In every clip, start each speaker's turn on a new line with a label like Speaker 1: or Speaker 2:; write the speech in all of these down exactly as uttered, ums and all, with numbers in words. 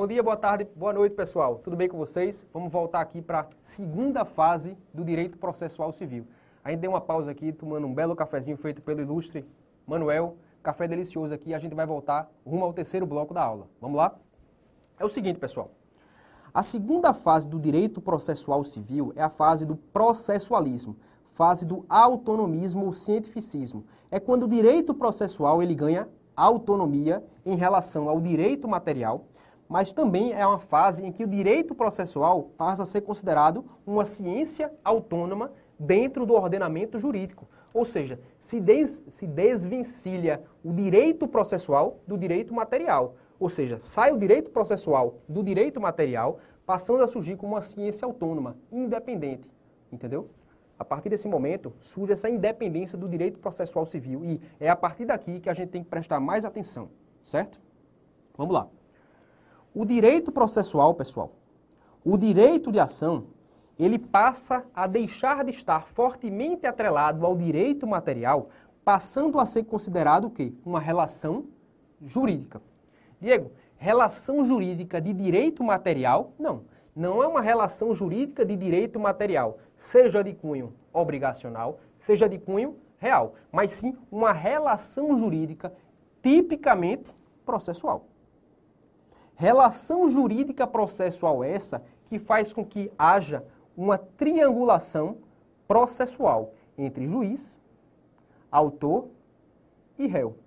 Speaker 1: Bom dia, boa tarde, boa noite, pessoal. Tudo bem com vocês? Vamos voltar aqui para a segunda fase do direito processual civil. A gente deu uma pausa aqui, tomando um belo cafezinho feito pelo ilustre Manuel. Café delicioso aqui, a gente vai voltar rumo ao terceiro bloco da aula. Vamos lá? É o seguinte, pessoal. A segunda fase do direito processual civil é a fase do processualismo, fase do autonomismo ou cientificismo. É quando o direito processual ele ganha autonomia em relação ao direito material, mas também é uma fase em que o direito processual passa a ser considerado uma ciência autônoma dentro do ordenamento jurídico. Ou seja, se, des, se desvencilha o direito processual do direito material. Ou seja, sai o direito processual do direito material, passando a surgir como uma ciência autônoma, independente. Entendeu? A partir desse momento, surge essa independência do direito processual civil. E é a partir daqui que a gente tem que prestar mais atenção. Certo? Vamos lá. O direito processual, pessoal, o direito de ação, ele passa a deixar de estar fortemente atrelado ao direito material, passando a ser considerado o quê? Uma relação jurídica. Diego, relação jurídica de direito material? Não, não é uma relação jurídica de direito material, seja de cunho obrigacional, seja de cunho real, mas sim uma relação jurídica tipicamente processual. Relação jurídica processual essa que faz com que haja uma triangulação processual entre juiz, autor e réu.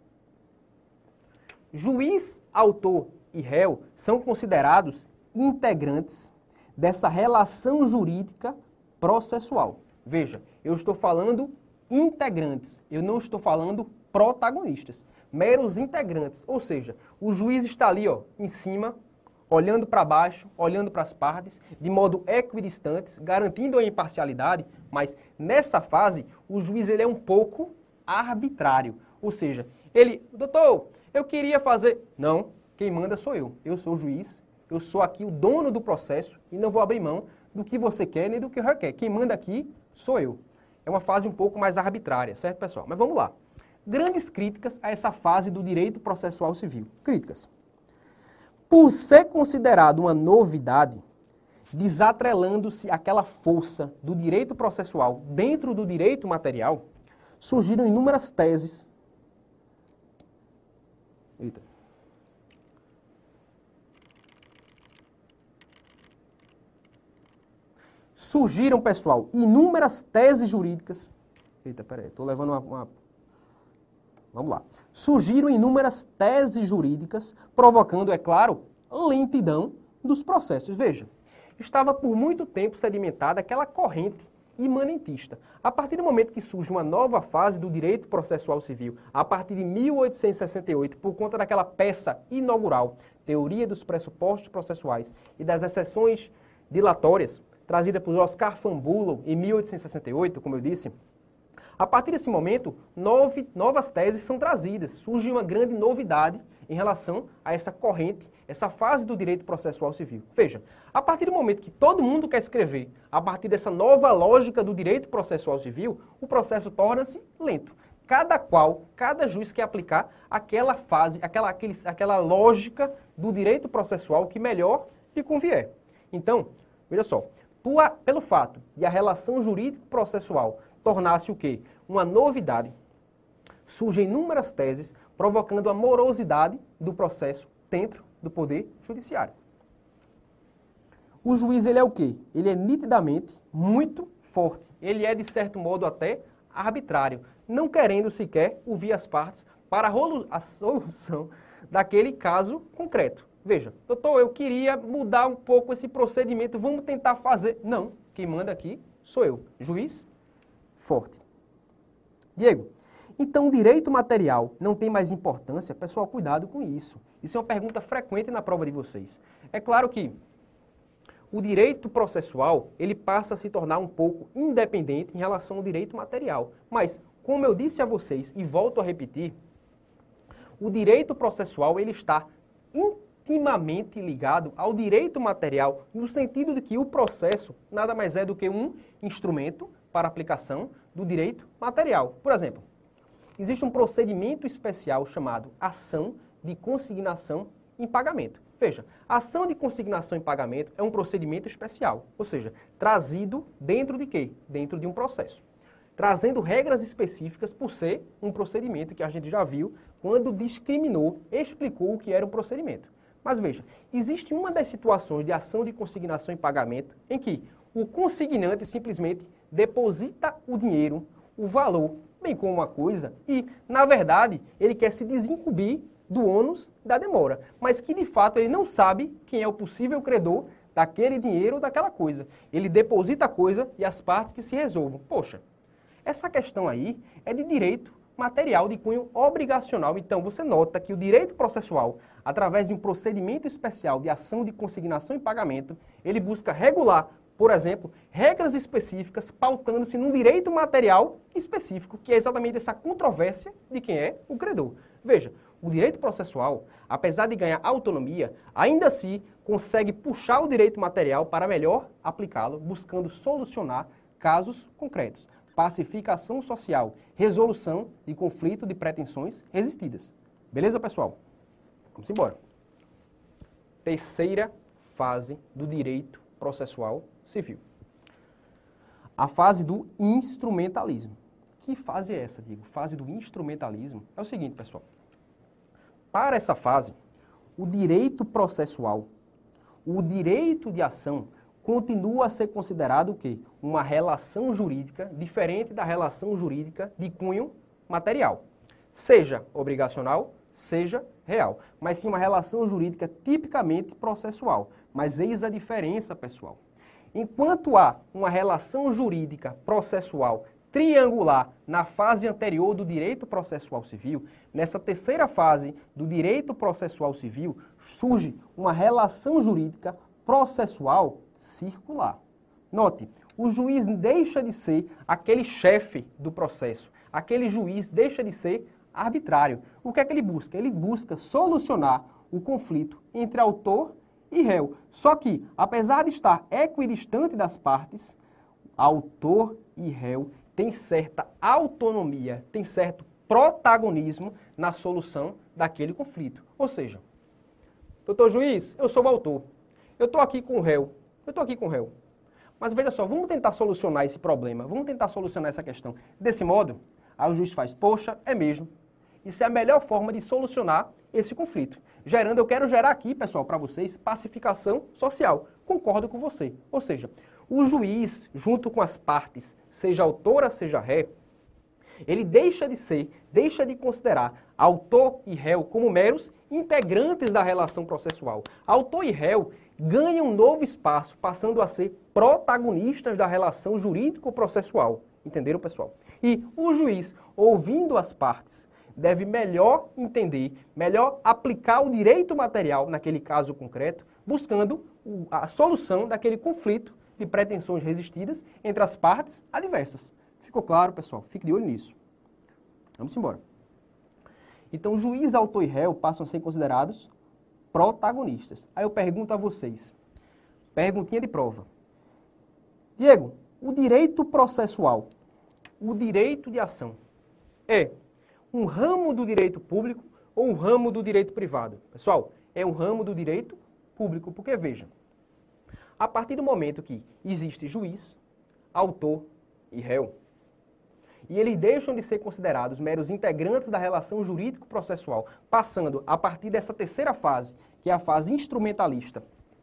Speaker 1: Juiz, autor e réu são considerados integrantes dessa relação jurídica processual. Veja, eu estou falando integrantes, eu não estou falando protagonistas, meros integrantes, ou seja, o juiz está ali, ó, em cima, olhando para baixo, olhando para as partes, de modo equidistante, garantindo a imparcialidade, mas nessa fase o juiz ele é um pouco arbitrário, ou seja, ele, doutor, eu queria fazer, não, quem manda sou eu, eu sou o juiz, eu sou aqui o dono do processo e não vou abrir mão do que você quer nem do que eu quer, quem manda aqui sou eu. É uma fase um pouco mais arbitrária, certo, pessoal? Mas vamos lá. Grandes críticas a essa fase do direito processual civil. Críticas. Por ser considerado uma novidade, desatrelando-se aquela força do direito processual dentro do direito material, surgiram inúmeras teses. Eita. Surgiram, pessoal, inúmeras teses jurídicas. Eita, peraí, estou levando uma, uma... Vamos lá. Surgiram inúmeras teses jurídicas, provocando, é claro, lentidão dos processos. Veja, estava por muito tempo sedimentada aquela corrente imanentista. A partir do momento que surge uma nova fase do direito processual civil, a partir de mil oitocentos e sessenta e oito, por conta daquela peça inaugural, Teoria dos Pressupostos Processuais e das Exceções Dilatórias, trazida por Oscar Fambulo em mil oitocentos e sessenta e oito, como eu disse, a partir desse momento, nove, novas teses são trazidas. Surge uma grande novidade em relação a essa corrente, essa fase do direito processual civil. Veja, a partir do momento que todo mundo quer escrever, a partir dessa nova lógica do direito processual civil, o processo torna-se lento. Cada qual, cada juiz quer aplicar aquela fase, aquela, aquele, aquela lógica do direito processual que melhor lhe convier. Então, veja só, por, pelo fato de a relação jurídico-processual tornar-se o quê? Uma novidade, surgem inúmeras teses provocando a morosidade do processo dentro do Poder Judiciário. O juiz, ele é o quê? Ele é nitidamente muito forte. Ele é, de certo modo, até arbitrário, não querendo sequer ouvir as partes para a solução daquele caso concreto. Veja, doutor, eu queria mudar um pouco esse procedimento, vamos tentar fazer. Não, quem manda aqui sou eu, juiz forte. Diego, então o direito material não tem mais importância? Pessoal, cuidado com isso. Isso é uma pergunta frequente na prova de vocês. É claro que o direito processual, ele passa a se tornar um pouco independente em relação ao direito material. Mas, como eu disse a vocês, e volto a repetir, o direito processual, ele está intimamente ligado ao direito material, no sentido de que o processo nada mais é do que um instrumento para aplicação do direito material. Por exemplo, existe um procedimento especial chamado ação de consignação em pagamento. Veja, a ação de consignação em pagamento é um procedimento especial, ou seja, trazido dentro de quê? Dentro de um processo. Trazendo regras específicas por ser um procedimento que a gente já viu quando discriminou, explicou o que era um procedimento. Mas veja, existe uma das situações de ação de consignação em pagamento em que o consignante simplesmente deposita o dinheiro, o valor, bem como uma coisa, e, na verdade, ele quer se desincumbir do ônus da demora, mas que, de fato, ele não sabe quem é o possível credor daquele dinheiro ou daquela coisa. Ele deposita a coisa e as partes que se resolvam. Poxa, essa questão aí é de direito material de cunho obrigacional. Então, você nota que o direito processual, através de um procedimento especial de ação de consignação e pagamento, ele busca regular, por exemplo, regras específicas pautando-se num direito material específico, que é exatamente essa controvérsia de quem é o credor. Veja, o direito processual, apesar de ganhar autonomia, ainda assim consegue puxar o direito material para melhor aplicá-lo, buscando solucionar casos concretos. Pacificação social, resolução de conflito de pretensões resistidas. Beleza, pessoal? Vamos embora. Terceira fase do direito processual civil. A fase do instrumentalismo. Que fase é essa, Diego? Fase do instrumentalismo é o seguinte, pessoal. Para essa fase, o direito processual, o direito de ação, continua a ser considerado o quê? Uma relação jurídica diferente da relação jurídica de cunho material. Seja obrigacional, seja real. Mas sim uma relação jurídica tipicamente processual. Mas eis a diferença, pessoal. Enquanto há uma relação jurídica processual triangular na fase anterior do direito processual civil, nessa terceira fase do direito processual civil, surge uma relação jurídica processual circular. Note, o juiz deixa de ser aquele chefe do processo, aquele juiz deixa de ser arbitrário. O que é que ele busca? Ele busca solucionar o conflito entre autor e réu. Só que, apesar de estar equidistante das partes, autor e réu têm certa autonomia, têm certo protagonismo na solução daquele conflito. Ou seja, doutor juiz, eu sou o autor, eu estou aqui com o réu, eu estou aqui com o réu. Mas veja só, vamos tentar solucionar esse problema, vamos tentar solucionar essa questão. Desse modo, aí o juiz faz, poxa, é mesmo. Isso é a melhor forma de solucionar esse conflito. Gerando, eu quero gerar aqui, pessoal, para vocês, pacificação social. Concordo com você. Ou seja, o juiz, junto com as partes, seja autora, seja ré, ele deixa de ser, deixa de considerar autor e réu como meros integrantes da relação processual. Autor e réu ganham um novo espaço, passando a ser protagonistas da relação jurídico-processual. Entenderam, pessoal? E o juiz, ouvindo as partes, deve melhor entender, melhor aplicar o direito material naquele caso concreto, buscando a solução daquele conflito de pretensões resistidas entre as partes adversas. Ficou claro, pessoal? Fique de olho nisso. Vamos embora. Então, juiz, autor e réu passam a ser considerados protagonistas. Aí eu pergunto a vocês, perguntinha de prova. Diego, o direito processual, o direito de ação, é um ramo do direito público ou um ramo do direito privado? Pessoal, é um ramo do direito público, porque veja, a partir do momento que existe juiz, autor e réu, e eles deixam de ser considerados meros integrantes da relação jurídico-processual, passando a partir dessa terceira fase, que é a fase instrumentalista,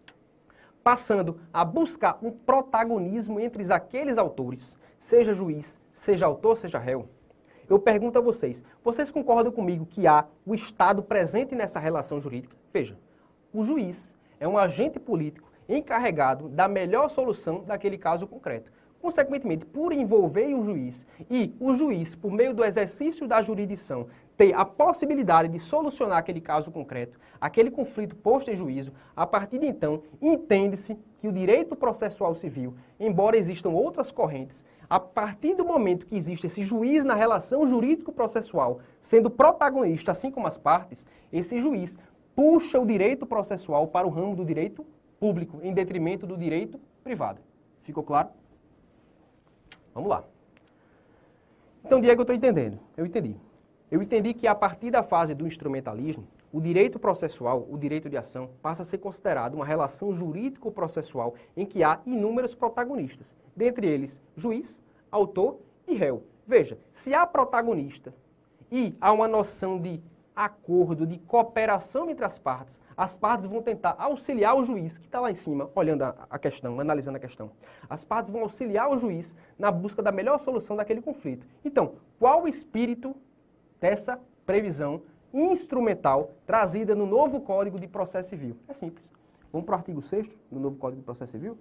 Speaker 1: passando a buscar um protagonismo entre aqueles autores, seja juiz, seja autor, seja réu. Eu pergunto a vocês, vocês concordam comigo que há o Estado presente nessa relação jurídica? Veja, o juiz é um agente político encarregado da melhor solução daquele caso concreto. Consequentemente, por envolver o juiz e o juiz, por meio do exercício da jurisdição, ter a possibilidade de solucionar aquele caso concreto, aquele conflito posto em juízo, a partir de então, entende-se que o direito processual civil, embora existam outras correntes, a partir do momento que existe esse juiz na relação jurídico-processual, sendo protagonista, assim como as partes, esse juiz puxa o direito processual para o ramo do direito público, em detrimento do direito privado. Ficou claro? Vamos lá. Então, Diego, eu estou entendendo. Eu entendi. Eu entendi que a partir da fase do instrumentalismo, o direito processual, o direito de ação, passa a ser considerado uma relação jurídico-processual em que há inúmeros protagonistas, dentre eles juiz, autor e réu. Veja, se há protagonista e há uma noção de acordo, de cooperação entre as partes, as partes vão tentar auxiliar o juiz, que está lá em cima, olhando a, a questão, analisando a questão. As partes vão auxiliar o juiz na busca da melhor solução daquele conflito. Então, qual o espírito dessa previsão instrumental trazida no novo Código de Processo Civil? É simples. Vamos para o artigo sexto do novo Código de Processo Civil?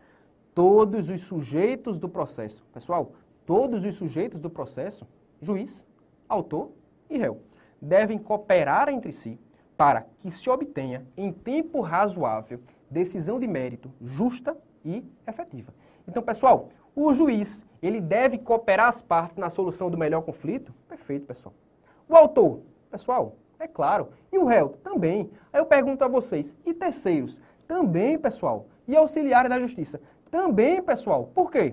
Speaker 1: Todos os sujeitos do processo, pessoal, todos os sujeitos do processo, juiz, autor e réu, devem cooperar entre si para que se obtenha, em tempo razoável, decisão de mérito justa e efetiva. Então, pessoal, o juiz, ele deve cooperar as partes na solução do melhor conflito? Perfeito, pessoal. O autor, pessoal, é claro. E o réu? Também. Aí eu pergunto a vocês, e terceiros? Também, pessoal. E auxiliares da justiça? Também, pessoal. Por quê?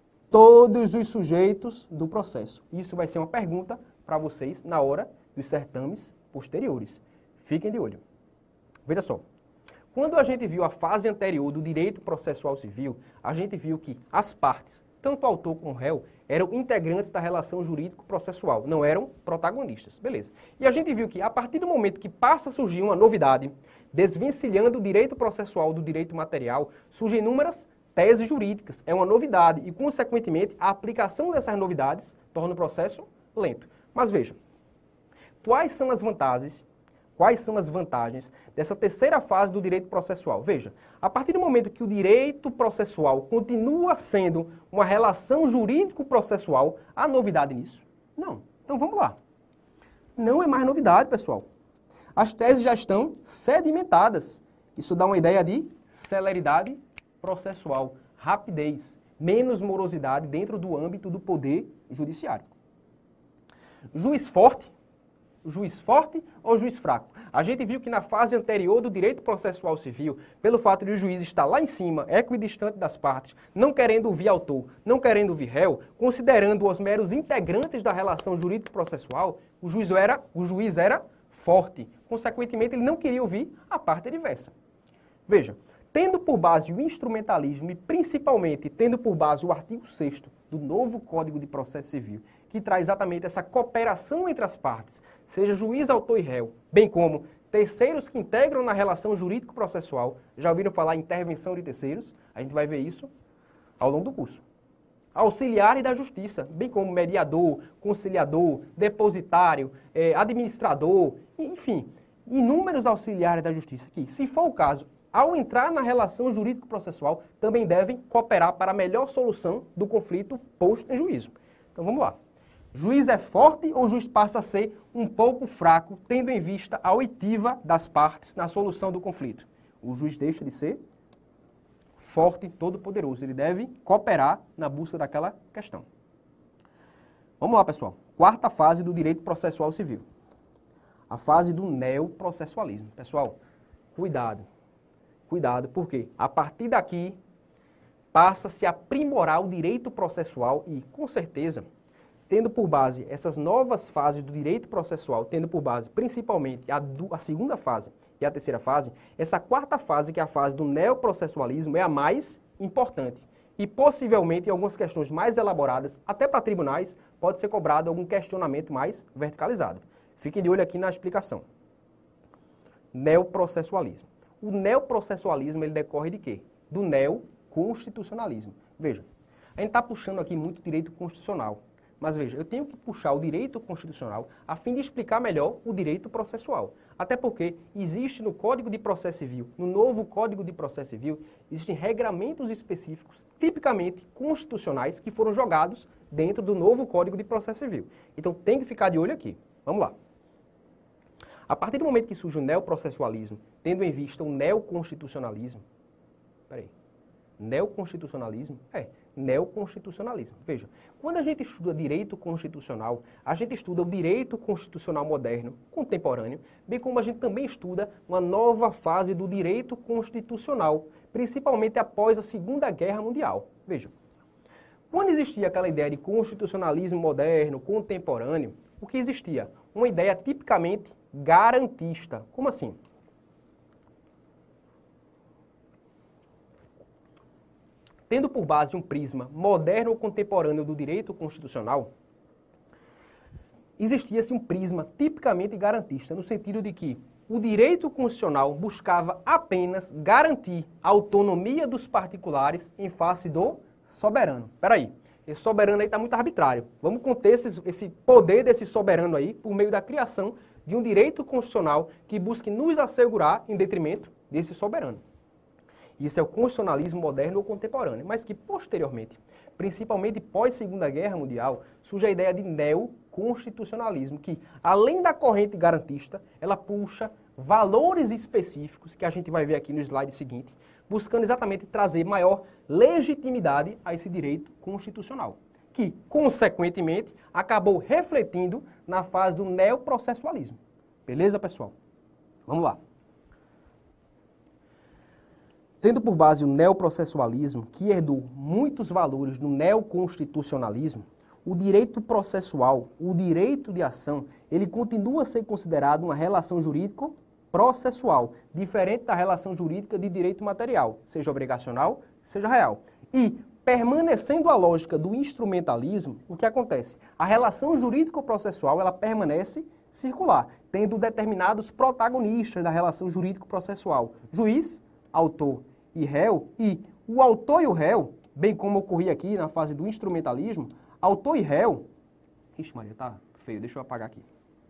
Speaker 1: Todos os sujeitos do processo. Isso vai ser uma pergunta para vocês na hora dos certames posteriores. Fiquem de olho. Veja só. Quando a gente viu a fase anterior do direito processual civil, a gente viu que as partes, tanto o autor como o réu, eram integrantes da relação jurídico-processual, não eram protagonistas. Beleza. E a gente viu que, a partir do momento que passa a surgir uma novidade, desvencilhando o direito processual do direito material, surgem inúmeras teses jurídicas. É uma novidade e, consequentemente, a aplicação dessas novidades torna o processo lento. Mas veja, quais são as vantagens, quais são as vantagens dessa terceira fase do direito processual? Veja, a partir do momento que o direito processual continua sendo uma relação jurídico-processual, há novidade nisso? Não. Então vamos lá. Não é mais novidade, pessoal. As teses já estão sedimentadas. Isso dá uma ideia de celeridade processual, rapidez, menos morosidade dentro do âmbito do poder judiciário. Juiz forte, juiz forte ou juiz fraco? A gente viu que na fase anterior do direito processual civil, pelo fato de o juiz estar lá em cima, equidistante das partes, não querendo ouvir autor, não querendo ouvir réu, considerando os meros integrantes da relação jurídico-processual, o juiz era, o juiz era forte. Consequentemente, ele não queria ouvir a parte adversa. Veja, tendo por base o instrumentalismo e principalmente tendo por base o artigo sexto do novo Código de Processo Civil, que traz exatamente essa cooperação entre as partes, seja juiz, autor e réu, bem como terceiros que integram na relação jurídico-processual. Já ouviram falar em intervenção de terceiros? A gente vai ver isso ao longo do curso. Auxiliares da justiça, bem como mediador, conciliador, depositário, eh, administrador, enfim, inúmeros auxiliares da justiça que, se for o caso, ao entrar na relação jurídico-processual, também devem cooperar para a melhor solução do conflito posto em juízo. Então vamos lá. Juiz é forte ou o juiz passa a ser um pouco fraco, tendo em vista a oitiva das partes na solução do conflito? O juiz deixa de ser forte, todo-poderoso. Ele deve cooperar na busca daquela questão. Vamos lá, pessoal. Quarta fase do direito processual civil. A fase do neoprocessualismo. Pessoal, cuidado. Cuidado, porque a partir daqui passa-se a aprimorar o direito processual e, com certeza, tendo por base essas novas fases do direito processual, tendo por base principalmente a, do, a segunda fase e a terceira fase, essa quarta fase, que é a fase do neoprocessualismo, é a mais importante. E possivelmente, em algumas questões mais elaboradas, até para tribunais, pode ser cobrado algum questionamento mais verticalizado. Fiquem de olho aqui na explicação. Neoprocessualismo. O neoprocessualismo, ele decorre de quê? Do neoconstitucionalismo. Veja, a gente está puxando aqui muito direito constitucional. Mas veja, eu tenho que puxar o direito constitucional a fim de explicar melhor o direito processual. Até porque existe no Código de Processo Civil, no novo Código de Processo Civil, existem regramentos específicos, tipicamente constitucionais, que foram jogados dentro do novo Código de Processo Civil. Então tem que ficar de olho aqui. Vamos lá. A partir do momento que surge o neoprocessualismo, tendo em vista o neoconstitucionalismo, peraí, neoconstitucionalismo? É, neoconstitucionalismo. Veja, quando a gente estuda direito constitucional, a gente estuda o direito constitucional moderno, contemporâneo, bem como a gente também estuda uma nova fase do direito constitucional, principalmente após a Segunda Guerra Mundial. Veja, quando existia aquela ideia de constitucionalismo moderno, contemporâneo, o que existia? Uma ideia tipicamente garantista. Como assim? Tendo por base um prisma moderno ou contemporâneo do direito constitucional, existia-se um prisma tipicamente garantista, no sentido de que o direito constitucional buscava apenas garantir a autonomia dos particulares em face do soberano. Espera aí, esse soberano aí está muito arbitrário. Vamos conter esse, esse poder desse soberano aí por meio da criação de um direito constitucional que busque nos assegurar em detrimento desse soberano. Isso é o constitucionalismo moderno ou contemporâneo, mas que posteriormente, principalmente pós-Segunda Guerra Mundial, surge a ideia de neoconstitucionalismo, que, além da corrente garantista, ela puxa valores específicos, que a gente vai ver aqui no slide seguinte, buscando exatamente trazer maior legitimidade a esse direito constitucional, que, consequentemente, acabou refletindo na fase do neoprocessualismo. Beleza, pessoal? Vamos lá. Tendo por base o neoprocessualismo, que herdou muitos valores do neoconstitucionalismo, o direito processual, o direito de ação, ele continua a ser considerado uma relação jurídico-processual, diferente da relação jurídica de direito material, seja obrigacional, seja real. E, permanecendo a lógica do instrumentalismo, o que acontece? A relação jurídico-processual, ela permanece circular, tendo determinados protagonistas da relação jurídico-processual, juiz, autor e réu, e o autor e o réu, bem como ocorria aqui na fase do instrumentalismo, autor e réu... Ixi, Maria, tá feio, deixa eu apagar aqui.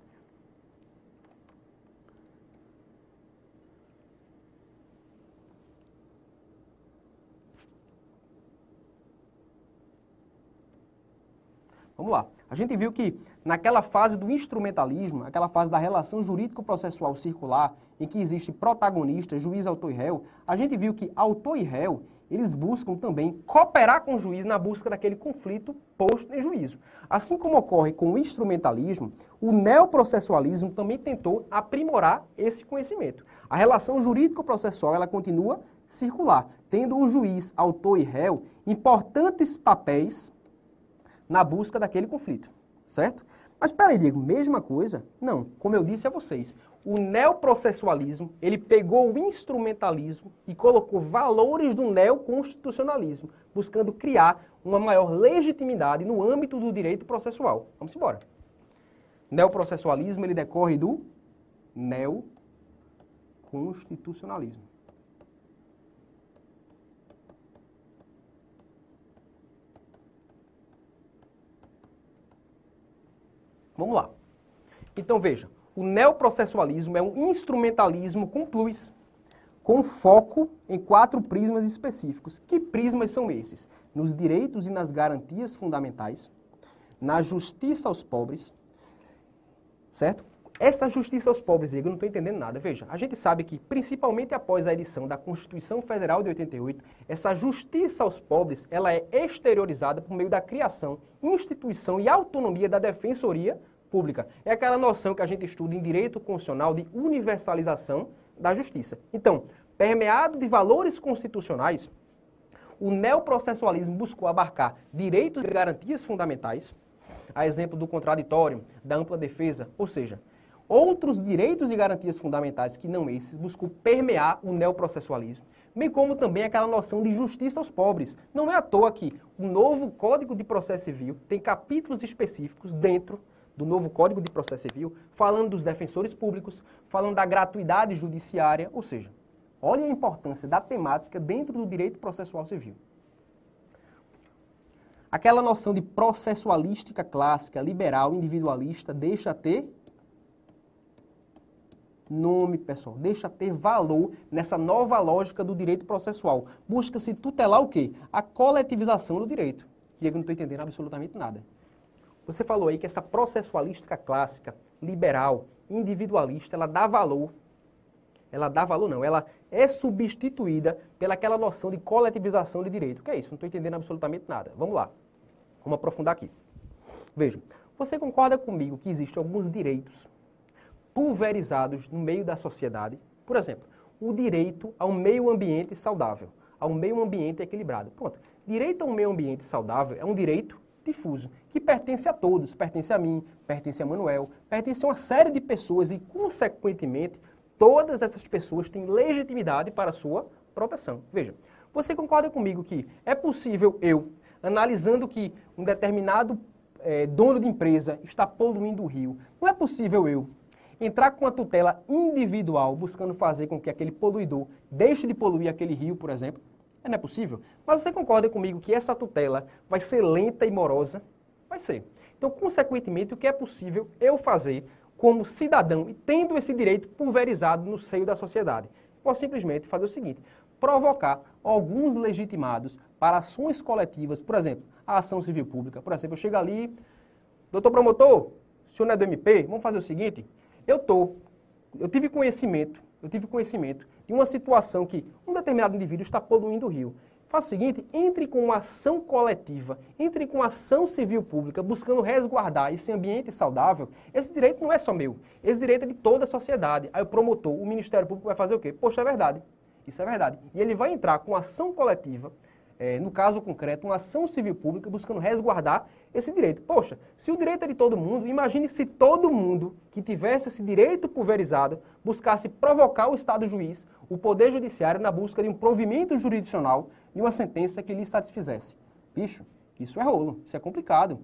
Speaker 1: Vamos lá. A gente viu que naquela fase do instrumentalismo, aquela fase da relação jurídico-processual circular, em que existe protagonista, juiz, autor e réu, a gente viu que autor e réu, eles buscam também cooperar com o juiz na busca daquele conflito posto em juízo. Assim como ocorre com o instrumentalismo, o neoprocessualismo também tentou aprimorar esse conhecimento. A relação jurídico-processual, ela continua circular, tendo o juiz, autor e réu importantes papéis na busca daquele conflito, certo? Mas peraí, Diego, mesma coisa? Não, como eu disse a vocês, o neoprocessualismo, ele pegou o instrumentalismo e colocou valores do neoconstitucionalismo, buscando criar uma maior legitimidade no âmbito do direito processual. Vamos embora. Neoprocessualismo, ele decorre do neoconstitucionalismo. Vamos lá. Então, veja, o neoprocessualismo é um instrumentalismo com plus, com foco em quatro prismas específicos. Que prismas são esses? Nos direitos e nas garantias fundamentais, na justiça aos pobres, certo? Essa justiça aos pobres, Diego, eu não estou entendendo nada. Veja, a gente sabe que, principalmente após a edição da Constituição Federal de oitenta e oito, essa justiça aos pobres, ela é exteriorizada por meio da criação, instituição e autonomia da Defensoria Pública. É aquela noção que a gente estuda em direito constitucional de universalização da justiça. Então, permeado de valores constitucionais, o neoprocessualismo buscou abarcar direitos e garantias fundamentais, a exemplo do contraditório, da ampla defesa, ou seja, outros direitos e garantias fundamentais que não esses, buscou permear o neoprocessualismo, bem como também aquela noção de justiça aos pobres. Não é à toa que o novo Código de Processo Civil tem capítulos específicos dentro do novo Código de Processo Civil, falando dos defensores públicos, falando da gratuidade judiciária, ou seja, olha a importância da temática dentro do direito processual civil. Aquela noção de processualística clássica, liberal, individualista, deixa a ter nome, pessoal, deixa a ter valor nessa nova lógica do direito processual. Busca-se tutelar o quê? A coletivização do direito. Diego, não estou entendendo absolutamente nada. Você falou aí que essa processualística clássica, liberal, individualista, ela dá valor, ela dá valor não, ela é substituída pelaquela noção de coletivização de direito. O que é isso? Não estou entendendo absolutamente nada. Vamos lá, vamos aprofundar aqui. Veja, você concorda comigo que existem alguns direitos pulverizados no meio da sociedade? Por exemplo, o direito a um meio ambiente saudável, a um meio ambiente equilibrado. Pronto, direito a um meio ambiente saudável é um direito difuso, que pertence a todos, pertence a mim, pertence a Manuel, pertence a uma série de pessoas e, consequentemente, todas essas pessoas têm legitimidade para a sua proteção. Veja, você concorda comigo que é possível eu, analisando que um determinado é, dono de empresa está poluindo o rio, não é possível eu entrar com uma tutela individual buscando fazer com que aquele poluidor deixe de poluir aquele rio, por exemplo? Não é possível? Mas você concorda comigo que essa tutela vai ser lenta e morosa? Vai ser. Então, consequentemente, o que é possível eu fazer como cidadão e tendo esse direito pulverizado no seio da sociedade? Posso simplesmente fazer o seguinte, provocar alguns legitimados para ações coletivas, por exemplo, a ação civil pública. Por exemplo, eu chego ali, doutor promotor, o senhor não é do M P? Vamos fazer o seguinte, eu tô, eu tive conhecimento, eu tive conhecimento de uma situação que um determinado indivíduo está poluindo o rio. Faça o seguinte, entre com uma ação coletiva, entre com uma ação civil pública, buscando resguardar esse ambiente saudável. Esse direito não é só meu, esse direito é de toda a sociedade. Aí o promotor, o Ministério Público vai fazer o quê? Poxa, é verdade, isso é verdade. E ele vai entrar com ação coletiva, é, no caso concreto, uma ação civil pública, buscando resguardar esse direito. Poxa, se o direito é de todo mundo, imagine se todo mundo que tivesse esse direito pulverizado buscasse provocar o Estado juiz, o Poder Judiciário, na busca de um provimento jurisdicional de uma sentença que lhe satisfizesse. Bicho, isso é rolo, isso é complicado.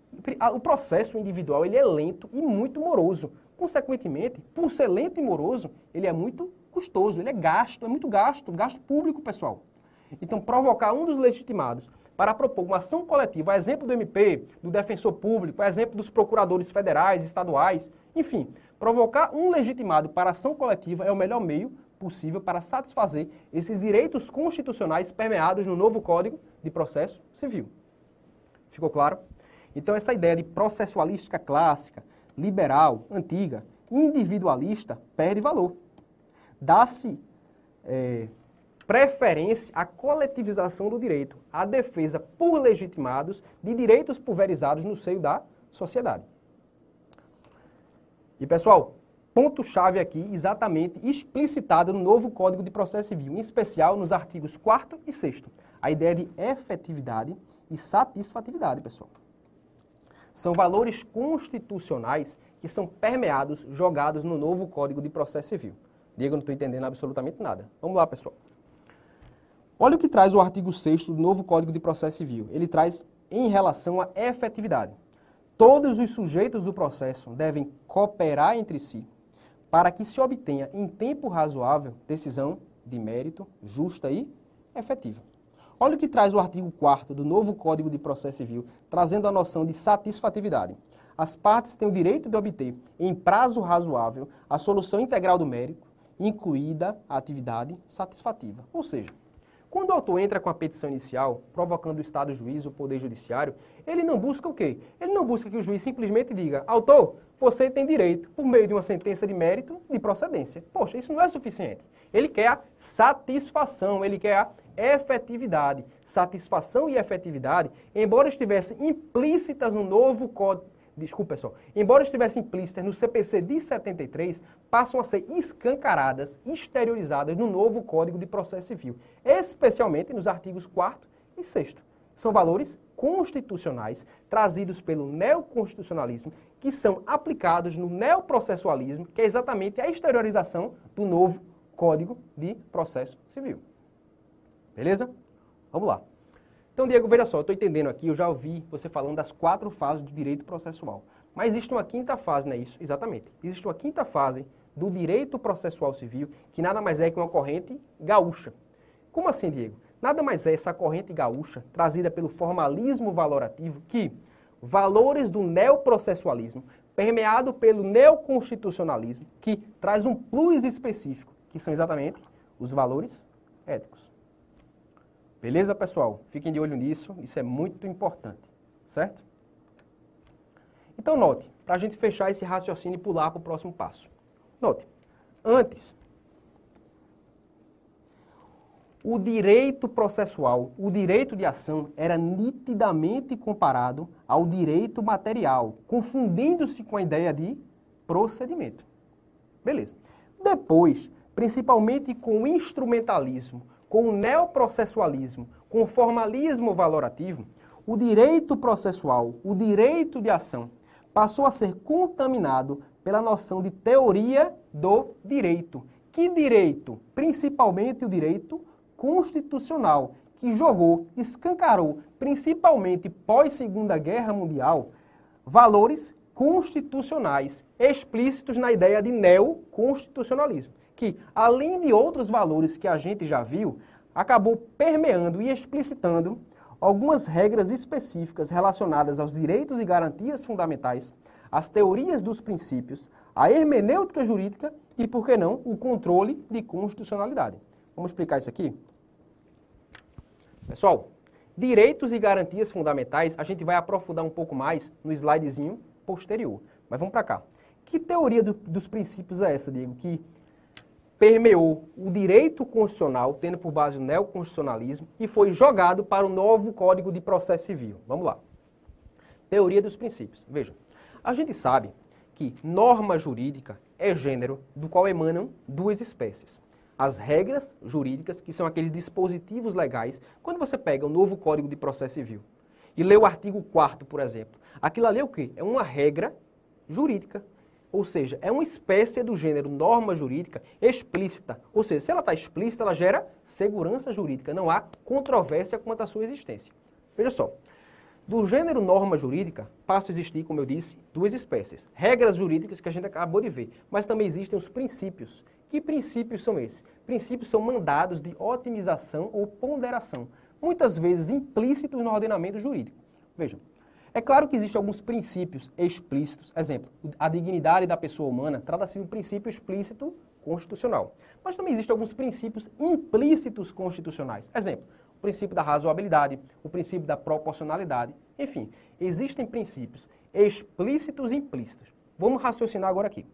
Speaker 1: O processo individual ele é lento e muito moroso. Consequentemente, por ser lento e moroso, ele é muito custoso, ele é gasto, é muito gasto, gasto público, pessoal. Então, provocar um dos legitimados para propor uma ação coletiva, a exemplo do M P, do defensor público, a exemplo dos procuradores federais, estaduais, enfim, provocar um legitimado para ação coletiva é o melhor meio possível para satisfazer esses direitos constitucionais permeados no novo Código de Processo Civil. Ficou claro? Então, essa ideia de processualística clássica, liberal, antiga, individualista, perde valor. Dá-se é, preferência à coletivização do direito, à defesa por legitimados de direitos pulverizados no seio da sociedade. E, pessoal, ponto-chave aqui, exatamente explicitado no novo Código de Processo Civil, em especial nos artigos quarto e sexto. A ideia de efetividade e satisfatividade, pessoal. São valores constitucionais que são permeados, jogados no novo Código de Processo Civil. Diego, não estou entendendo absolutamente nada. Vamos lá, pessoal. Olha o que traz o artigo sexto do novo Código de Processo Civil. Ele traz em relação à efetividade. Todos os sujeitos do processo devem cooperar entre si para que se obtenha em tempo razoável decisão de mérito, justa e efetiva. Olha o que traz o artigo quarto do novo Código de Processo Civil, trazendo a noção de satisfatividade. As partes têm o direito de obter, em prazo razoável, a solução integral do mérito, incluída a atividade satisfativa. Ou seja, quando o autor entra com a petição inicial, provocando o Estado juiz, o Poder Judiciário, ele não busca o quê? Ele não busca que o juiz simplesmente diga, autor, você tem direito, por meio de uma sentença de mérito, de procedência. Poxa, isso não é suficiente. Ele quer a satisfação, ele quer a efetividade. Satisfação e efetividade, embora estivessem implícitas no novo Código, desculpa, pessoal, embora estivessem implícitas no C P C de setenta e três, passam a ser escancaradas, exteriorizadas no novo Código de Processo Civil, especialmente nos artigos quarto e sexto. São valores constitucionais trazidos pelo neoconstitucionalismo que são aplicados no neoprocessualismo, que é exatamente a exteriorização do novo Código de Processo Civil. Beleza? Vamos lá. Então, Diego, veja só, eu estou entendendo aqui, eu já ouvi você falando das quatro fases do direito processual. Mas existe uma quinta fase, não é isso? Exatamente. Existe uma quinta fase do direito processual civil, que nada mais é que uma corrente gaúcha. Como assim, Diego? Nada mais é essa corrente gaúcha, trazida pelo formalismo valorativo, que valores do neoprocessualismo, permeado pelo neoconstitucionalismo, que traz um plus específico, que são exatamente os valores éticos. Beleza, pessoal? Fiquem de olho nisso, isso é muito importante, certo? Então, note, para a gente fechar esse raciocínio e pular para o próximo passo. Note, antes, o direito processual, o direito de ação, era nitidamente comparado ao direito material, confundindo-se com a ideia de procedimento. Beleza. Depois, principalmente com o instrumentalismo, com o neoprocessualismo, com o formalismo valorativo, o direito processual, o direito de ação, passou a ser contaminado pela noção de teoria do direito. Que direito? Principalmente o direito constitucional, que jogou, escancarou, principalmente pós-Segunda Guerra Mundial, valores constitucionais explícitos na ideia de neoconstitucionalismo, que, além de outros valores que a gente já viu, acabou permeando e explicitando algumas regras específicas relacionadas aos direitos e garantias fundamentais, às teorias dos princípios, à hermenêutica jurídica e, por que não, o controle de constitucionalidade. Vamos explicar isso aqui? Pessoal, direitos e garantias fundamentais a gente vai aprofundar um pouco mais no slidezinho posterior. Mas vamos para cá. Que teoria do, dos princípios é essa, Diego, que permeou o direito constitucional, tendo por base o neoconstitucionalismo, e foi jogado para o novo Código de Processo Civil? Vamos lá. Teoria dos princípios. Vejam, a gente sabe que norma jurídica é gênero do qual emanam duas espécies. As regras jurídicas, que são aqueles dispositivos legais, quando você pega o novo Código de Processo Civil e lê o artigo quarto, por exemplo, aquilo ali é o quê? É uma regra jurídica, ou seja, é uma espécie do gênero norma jurídica explícita, ou seja, se ela está explícita, ela gera segurança jurídica, não há controvérsia quanto à sua existência. Veja só, do gênero norma jurídica, passa a existir, como eu disse, duas espécies. Regras jurídicas que a gente acabou de ver, mas também existem os princípios. Que princípios são esses? Princípios são mandados de otimização ou ponderação, muitas vezes implícitos no ordenamento jurídico. Vejam, é claro que existem alguns princípios explícitos, exemplo, a dignidade da pessoa humana trata-se de um princípio explícito constitucional, mas também existem alguns princípios implícitos constitucionais, exemplo, o princípio da razoabilidade, o princípio da proporcionalidade, enfim, existem princípios explícitos e implícitos. Vamos raciocinar agora aqui.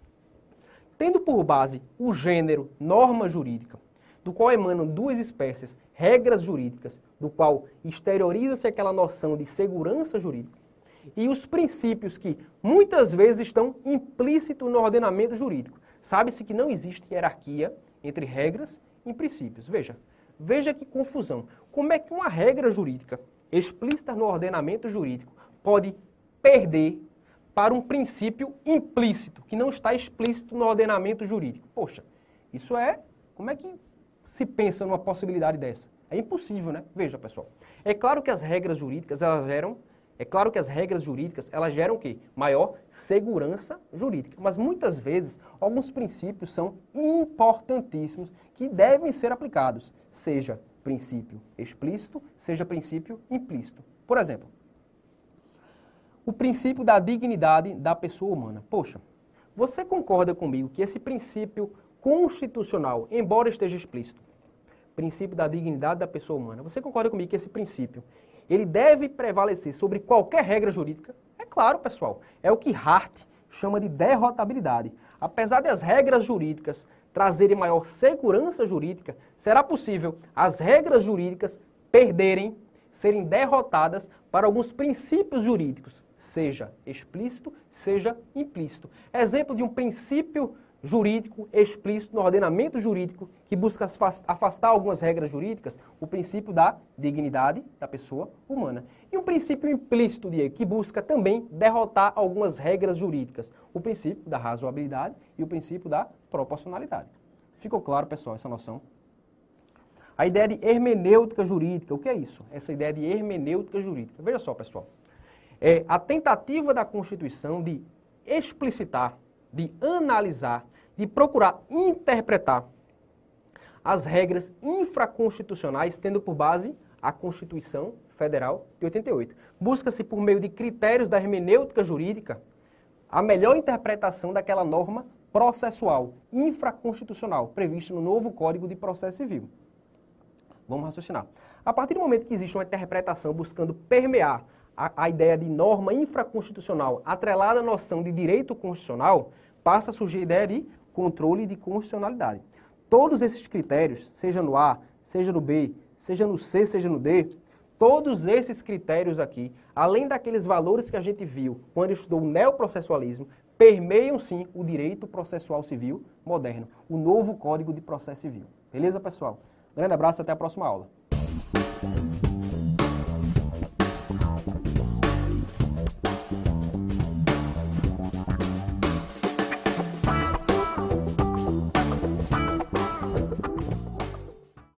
Speaker 1: Tendo por base o gênero norma jurídica, do qual emanam duas espécies, regras jurídicas, do qual exterioriza-se aquela noção de segurança jurídica, e os princípios que muitas vezes estão implícitos no ordenamento jurídico. Sabe-se que não existe hierarquia entre regras e princípios. Veja, veja que confusão. Como é que uma regra jurídica explícita no ordenamento jurídico pode perder para um princípio implícito, que não está explícito no ordenamento jurídico? Poxa, isso é... Como é que se pensa numa possibilidade dessa? É impossível, né? Veja, pessoal. É claro que as regras jurídicas, elas geram... É claro que as regras jurídicas, elas geram o quê? Maior segurança jurídica. Mas muitas vezes, alguns princípios são importantíssimos que devem ser aplicados, seja princípio explícito, seja princípio implícito. Por exemplo, o princípio da dignidade da pessoa humana. Poxa, você concorda comigo que esse princípio constitucional, embora esteja explícito, princípio da dignidade da pessoa humana, você concorda comigo que esse princípio, ele deve prevalecer sobre qualquer regra jurídica? É claro, pessoal, é o que Hart chama de derrotabilidade. Apesar das regras jurídicas trazerem maior segurança jurídica, será possível as regras jurídicas perderem, serem derrotadas para alguns princípios jurídicos, seja explícito, seja implícito. Exemplo de um princípio jurídico explícito no ordenamento jurídico que busca afastar algumas regras jurídicas, o princípio da dignidade da pessoa humana. E um princípio implícito, Diego, que busca também derrotar algumas regras jurídicas, o princípio da razoabilidade e o princípio da proporcionalidade. Ficou claro, pessoal, essa noção? A ideia de hermenêutica jurídica, o que é isso? Essa ideia de hermenêutica jurídica. Veja só, pessoal. É a tentativa da Constituição de explicitar, de analisar, de procurar interpretar as regras infraconstitucionais, tendo por base a Constituição Federal de oitenta e oito. Busca-se, por meio de critérios da hermenêutica jurídica, a melhor interpretação daquela norma processual, infraconstitucional, prevista no novo Código de Processo Civil. Vamos raciocinar. A partir do momento que existe uma interpretação buscando permear a, a ideia de norma infraconstitucional atrelada à noção de direito constitucional, passa a surgir a ideia de controle de constitucionalidade. Todos esses critérios, seja no A, seja no B, seja no C, seja no D, todos esses critérios aqui, além daqueles valores que a gente viu quando estudou o neoprocessualismo, permeiam sim o direito processual civil moderno, o novo Código de Processo Civil. Beleza, pessoal? Grande abraço e até a próxima aula.